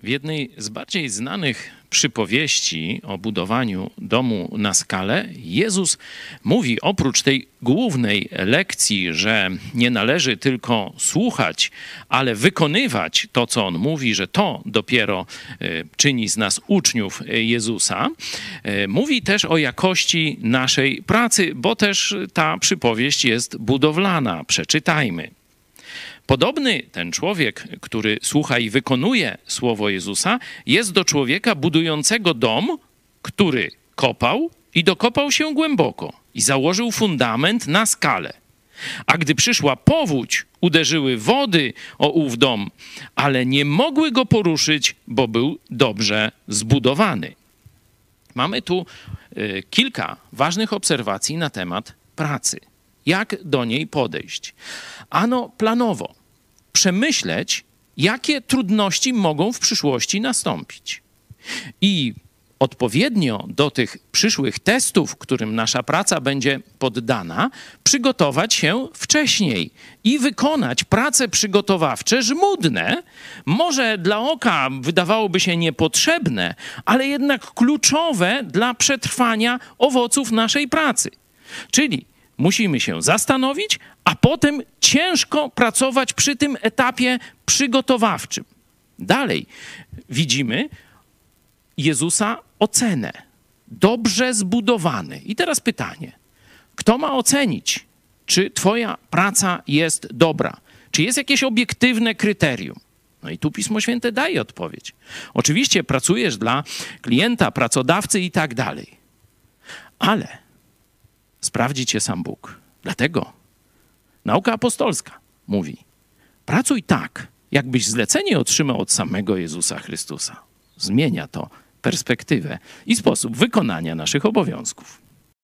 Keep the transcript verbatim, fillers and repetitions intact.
W jednej z bardziej znanych przypowieści o budowaniu domu na skalę Jezus mówi, oprócz tej głównej lekcji, że nie należy tylko słuchać, ale wykonywać to, co On mówi, że to dopiero czyni z nas uczniów Jezusa, mówi też o jakości naszej pracy, bo też ta przypowieść jest budowlana. Przeczytajmy. Podobny ten człowiek, który słucha i wykonuje słowo Jezusa, jest do człowieka budującego dom, który kopał i dokopał się głęboko i założył fundament na skalę. A gdy przyszła powódź, uderzyły wody o ów dom, ale nie mogły go poruszyć, bo był dobrze zbudowany. Mamy tu y, kilka ważnych obserwacji na temat pracy. Jak do niej podejść? Ano planowo. Przemyśleć, jakie trudności mogą w przyszłości nastąpić. I odpowiednio do tych przyszłych testów, którym nasza praca będzie poddana, przygotować się wcześniej i wykonać prace przygotowawcze żmudne, może dla oka wydawałoby się niepotrzebne, ale jednak kluczowe dla przetrwania owoców naszej pracy. Czyli musimy się zastanowić, a potem ciężko pracować przy tym etapie przygotowawczym. Dalej widzimy Jezusa ocenę. Dobrze zbudowany. I teraz pytanie. Kto ma ocenić, czy twoja praca jest dobra? Czy jest jakieś obiektywne kryterium? No i tu Pismo Święte daje odpowiedź. Oczywiście pracujesz dla klienta, pracodawcy i tak dalej. Ale sprawdzi cię sam Bóg. Dlatego nauka apostolska mówi: pracuj tak, jakbyś zlecenie otrzymał od samego Jezusa Chrystusa. Zmienia to perspektywę i sposób wykonania naszych obowiązków.